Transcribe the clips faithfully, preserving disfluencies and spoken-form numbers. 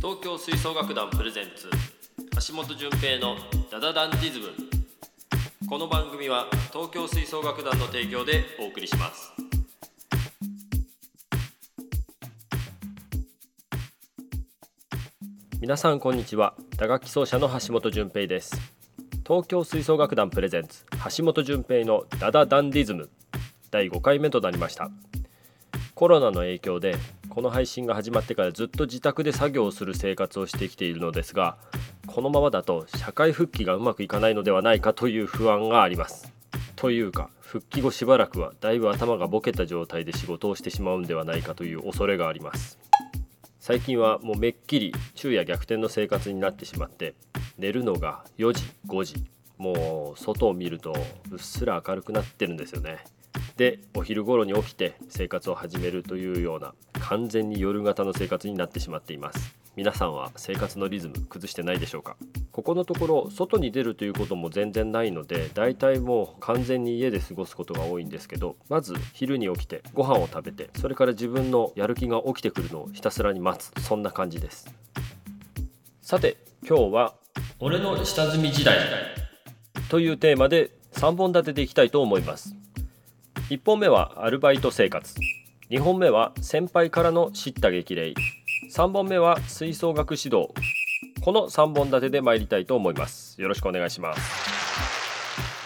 東京吹奏楽団プレゼンツ橋本純平のダダダンディズム。この番組は東京吹奏楽団の提供でお送りします。皆さんこんにちは。打楽器奏者の橋本純平です。東京吹奏楽団プレゼンツ橋本純平のダダダンディズムだいごかいめとなりました。コロナの影響でこの配信が始まってからずっと自宅で作業をする生活をしてきているのですが、このままだと社会復帰がうまくいかないのではないかという不安があります。というか復帰後しばらくはだいぶ頭がボケた状態で仕事をしてしまうんではないかという恐れがあります。最近はもうめっきり昼夜逆転の生活になってしまって、寝るのがよじごじ、もう外を見るとうっすら明るくなってるんですよね。でお昼頃に起きて生活を始めるというような完全に夜型の生活になってしまっています。皆さんは生活のリズム崩してないでしょうか。ここのところ外に出るということも全然ないので、だいたいもう完全に家で過ごすことが多いんですけど、まず昼に起きてご飯を食べて、それから自分のやる気が起きてくるのをひたすらに待つ、そんな感じです。さて今日は俺の下積み時代というテーマでさんぼん立てでいきたいと思います。いっぽんめはアルバイト生活、にほんめは先輩からの叱咤激励、さんぼんめは吹奏楽指導。このさんぼん立てで参りたいと思います。よろしくお願いします。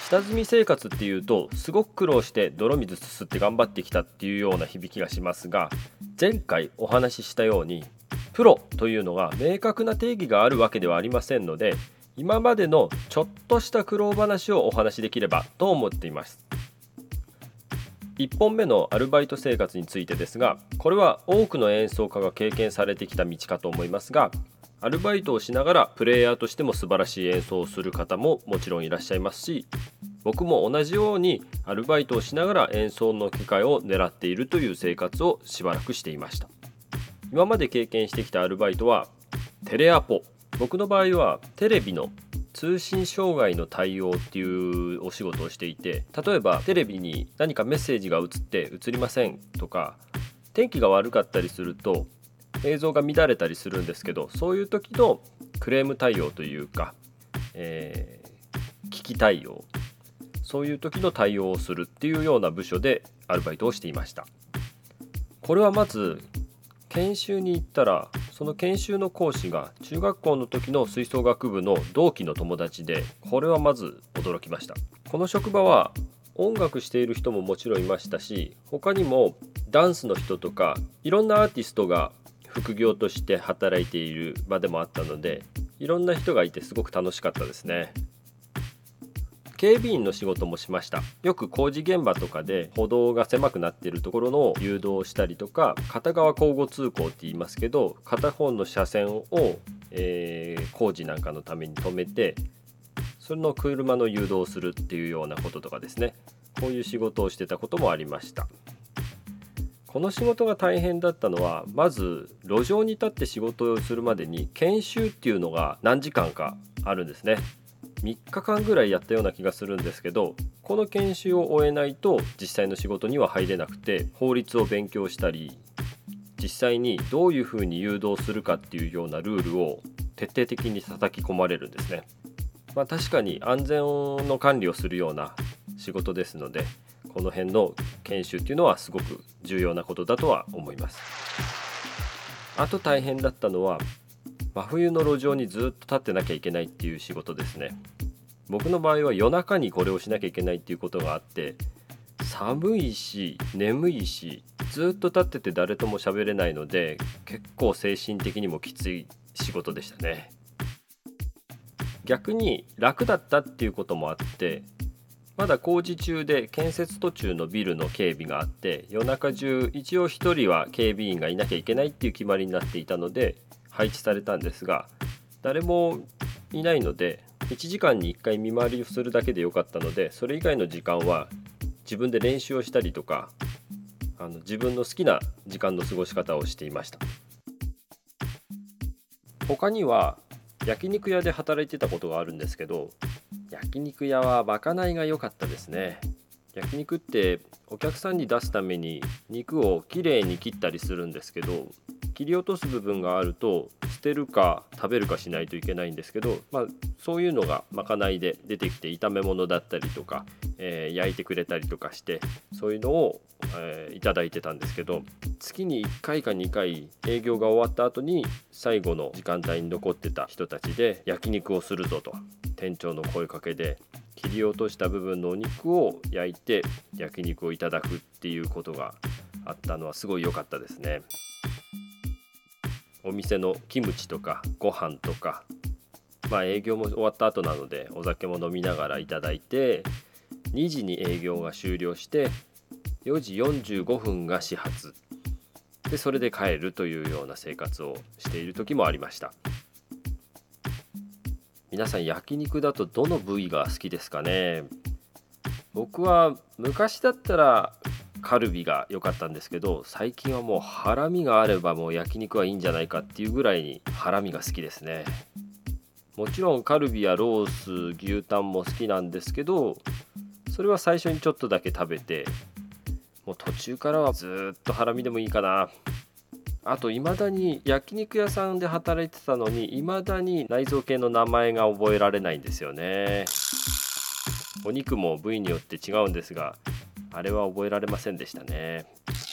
下積み生活っていうとすごく苦労して泥水すすって頑張ってきたっていうような響きがしますが、前回お話ししたようにプロというのが明確な定義があるわけではありませんので、今までのちょっとした苦労話をお話しできればと思っています。いっぽんめのアルバイト生活についてですが、これは多くの演奏家が経験されてきた道かと思いますが、アルバイトをしながらプレイヤーとしても素晴らしい演奏をする方ももちろんいらっしゃいますし、僕も同じようにアルバイトをしながら演奏の機会を狙っているという生活をしばらくしていました。今まで経験してきたアルバイトはテレアポ、僕の場合はテレビの通信障害の対応っていうお仕事をしていて、例えばテレビに何かメッセージが映って映りませんとか、天気が悪かったりすると映像が乱れたりするんですけど、そういう時のクレーム対応というか、えー、危機対応、そういう時の対応をするっていうような部署でアルバイトをしていました。これはまず研修に行ったら、その研修の講師が中学校の時の吹奏楽部の同期の友達で、これはまず驚きました。この職場は音楽している人ももちろんいましたし、他にもダンスの人とかいろんなアーティストが副業として働いている場でもあったので、いろんな人がいてすごく楽しかったですね。警備員の仕事もしました。よく工事現場とかで歩道が狭くなっているところの誘導をしたりとか、片側交互通行って言いますけど、片方の車線を、えー、工事なんかのために止めて、それの車の誘導をするっていうようなこととかですね、こういう仕事をしてたこともありました。この仕事が大変だったのは、まず路上に立って仕事をするまでに研修っていうのが何時間かあるんですね。みっかかんぐらいやったような気がするんですけど、この研修を終えないと実際の仕事には入れなくて、法律を勉強したり、実際にどういうふうに誘導するかっていうようなルールを徹底的に叩き込まれるんですね。まあ、確かに安全の管理をするような仕事ですので、この辺の研修っていうのはすごく重要なことだとは思います。あと大変だったのは、真冬の路上にずっと立ってなきゃいけないっていう仕事ですね。僕の場合は夜中にこれをしなきゃいけないっていうことがあって、寒いし眠いしずっと立ってて誰とも喋れないので、結構精神的にもきつい仕事でしたね。逆に楽だったっていうこともあって、まだ工事中で建設途中のビルの警備があって、夜中中一応一人は警備員がいなきゃいけないっていう決まりになっていたので配置されたんですが、誰もいないのでいちじかんにいっかい見回りをするだけでよかったので、それ以外の時間は自分で練習をしたりとか、あの自分の好きな時間の過ごし方をしていました。他には焼肉屋で働いてたことがあるんですけど、焼肉屋はまかないが良かったですね。焼肉ってお客さんに出すために肉をきれいに切ったりするんですけど、切り落とす部分があるとてるか食べるかしないといけないんですけど、まあ、そういうのがまかないで出てきて、炒め物だったりとか、えー、焼いてくれたりとかして、そういうのを、えー、いただいてたんですけど、月にいっかいかにかい営業が終わった後に最後の時間帯に残ってた人たちで焼肉をするぞと店長の声かけで、切り落とした部分のお肉を焼いて焼肉をいただくっていうことがあったのはすごい良かったですね。お店のキムチとかご飯とか、まあ営業も終わった後なのでお酒も飲みながらいただいて、にじに営業が終了してよじよんじゅうごふんが始発で、それで帰るというような生活をしている時もありました。皆さん焼肉だとどの部位が好きですかね。僕は昔だったらカルビが良かったんですけど、最近はもうハラミがあればもう焼肉はいいんじゃないかっていうぐらいにハラミが好きですね。もちろんカルビやロース、牛タンも好きなんですけど、それは最初にちょっとだけ食べて、もう途中からはずっとハラミでもいいかな。あと未だに焼肉屋さんで働いてたのに、未だに内臓系の名前が覚えられないんですよね。お肉も部位によって違うんですが、あれは覚えられませんでしたね。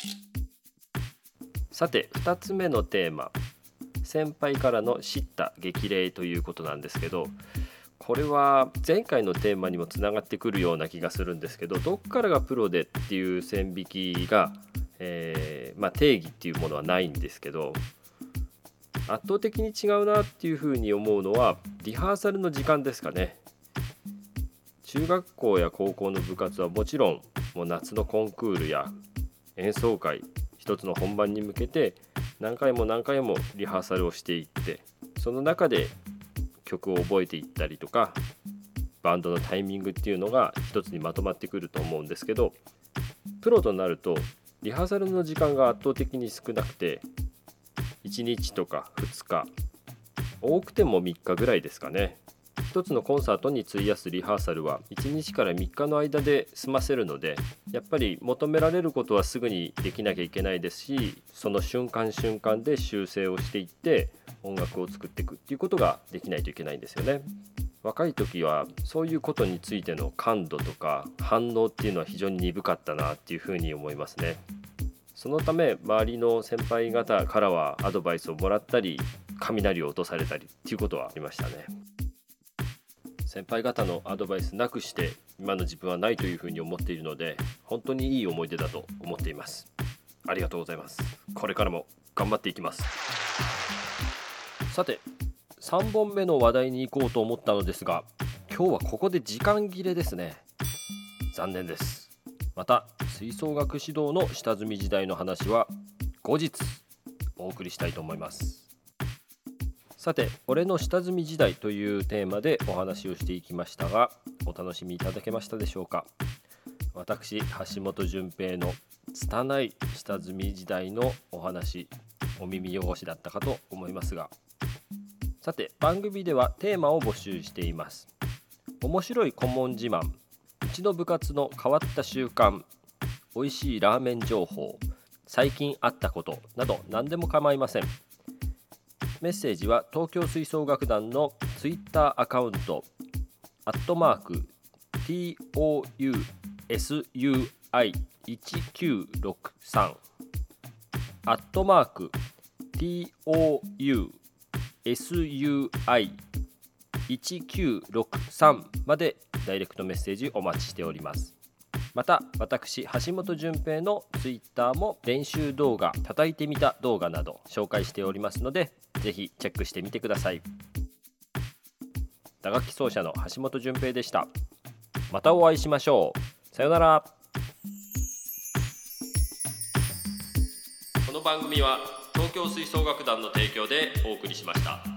さてふたつめのテーマ、先輩からの叱咤激励ということなんですけど、これは前回のテーマにもつながってくるような気がするんですけど、どっからがプロでっていう線引きが、えーまあ、定義っていうものはないんですけど、圧倒的に違うなっていうふうに思うのはリハーサルの時間ですかね。中学校や高校の部活はもちろん、もう夏のコンクールや演奏会、一つの本番に向けて何回も何回もリハーサルをしていって、その中で曲を覚えていったりとか、バンドのタイミングっていうのが一つにまとまってくると思うんですけど、プロとなるとリハーサルの時間が圧倒的に少なくて、いちにちとかふつか、多くてもみっかぐらいですかね。一つのコンサートに費やすリハーサルはいちにちからみっかの間で済ませるので、やっぱり求められることはすぐにできなきゃいけないですし、その瞬間瞬間で修正をしていって音楽を作っていくっていうことができないといけないんですよね。若い時はそういうことについての感度とか反応っていうのは非常に鈍かったなっていうふうに思いますね。そのため周りの先輩方からはアドバイスをもらったり、雷を落とされたりっていうことはありましたね。先輩方のアドバイスなくして今の自分はないというふうに思っているので、本当にいい思い出だと思っています。ありがとうございます。これからも頑張っていきます。さてさんぼんめの話題に行こうと思ったのですが、今日はここで時間切れですね。残念です。また吹奏楽指導の下積み時代の話は後日お送りしたいと思います。さて、俺の下積み時代というテーマでお話をしていきましたが、お楽しみいただけましたでしょうか。私橋本純平の拙い下積み時代のお話、お耳汚しだったかと思いますが、さて番組ではテーマを募集しています。面白い顧問自慢、うちの部活の変わった習慣、美味しいラーメン情報、最近あったことなど何でも構いません。メッセージは東京吹奏楽団のツイッターアカウントアットマーク トゥスユイいちきゅうろくさん アットマーク トゥスユイいちきゅうろくさん までダイレクトメッセージお待ちしております。また私橋本純平のツイッターも練習動画、叩いてみた動画など紹介しておりますので、ぜひチェックしてみてください。打楽器奏者の橋本純平でした。またお会いしましょう。さよなら。この番組は東京吹奏楽団の提供でお送りしました。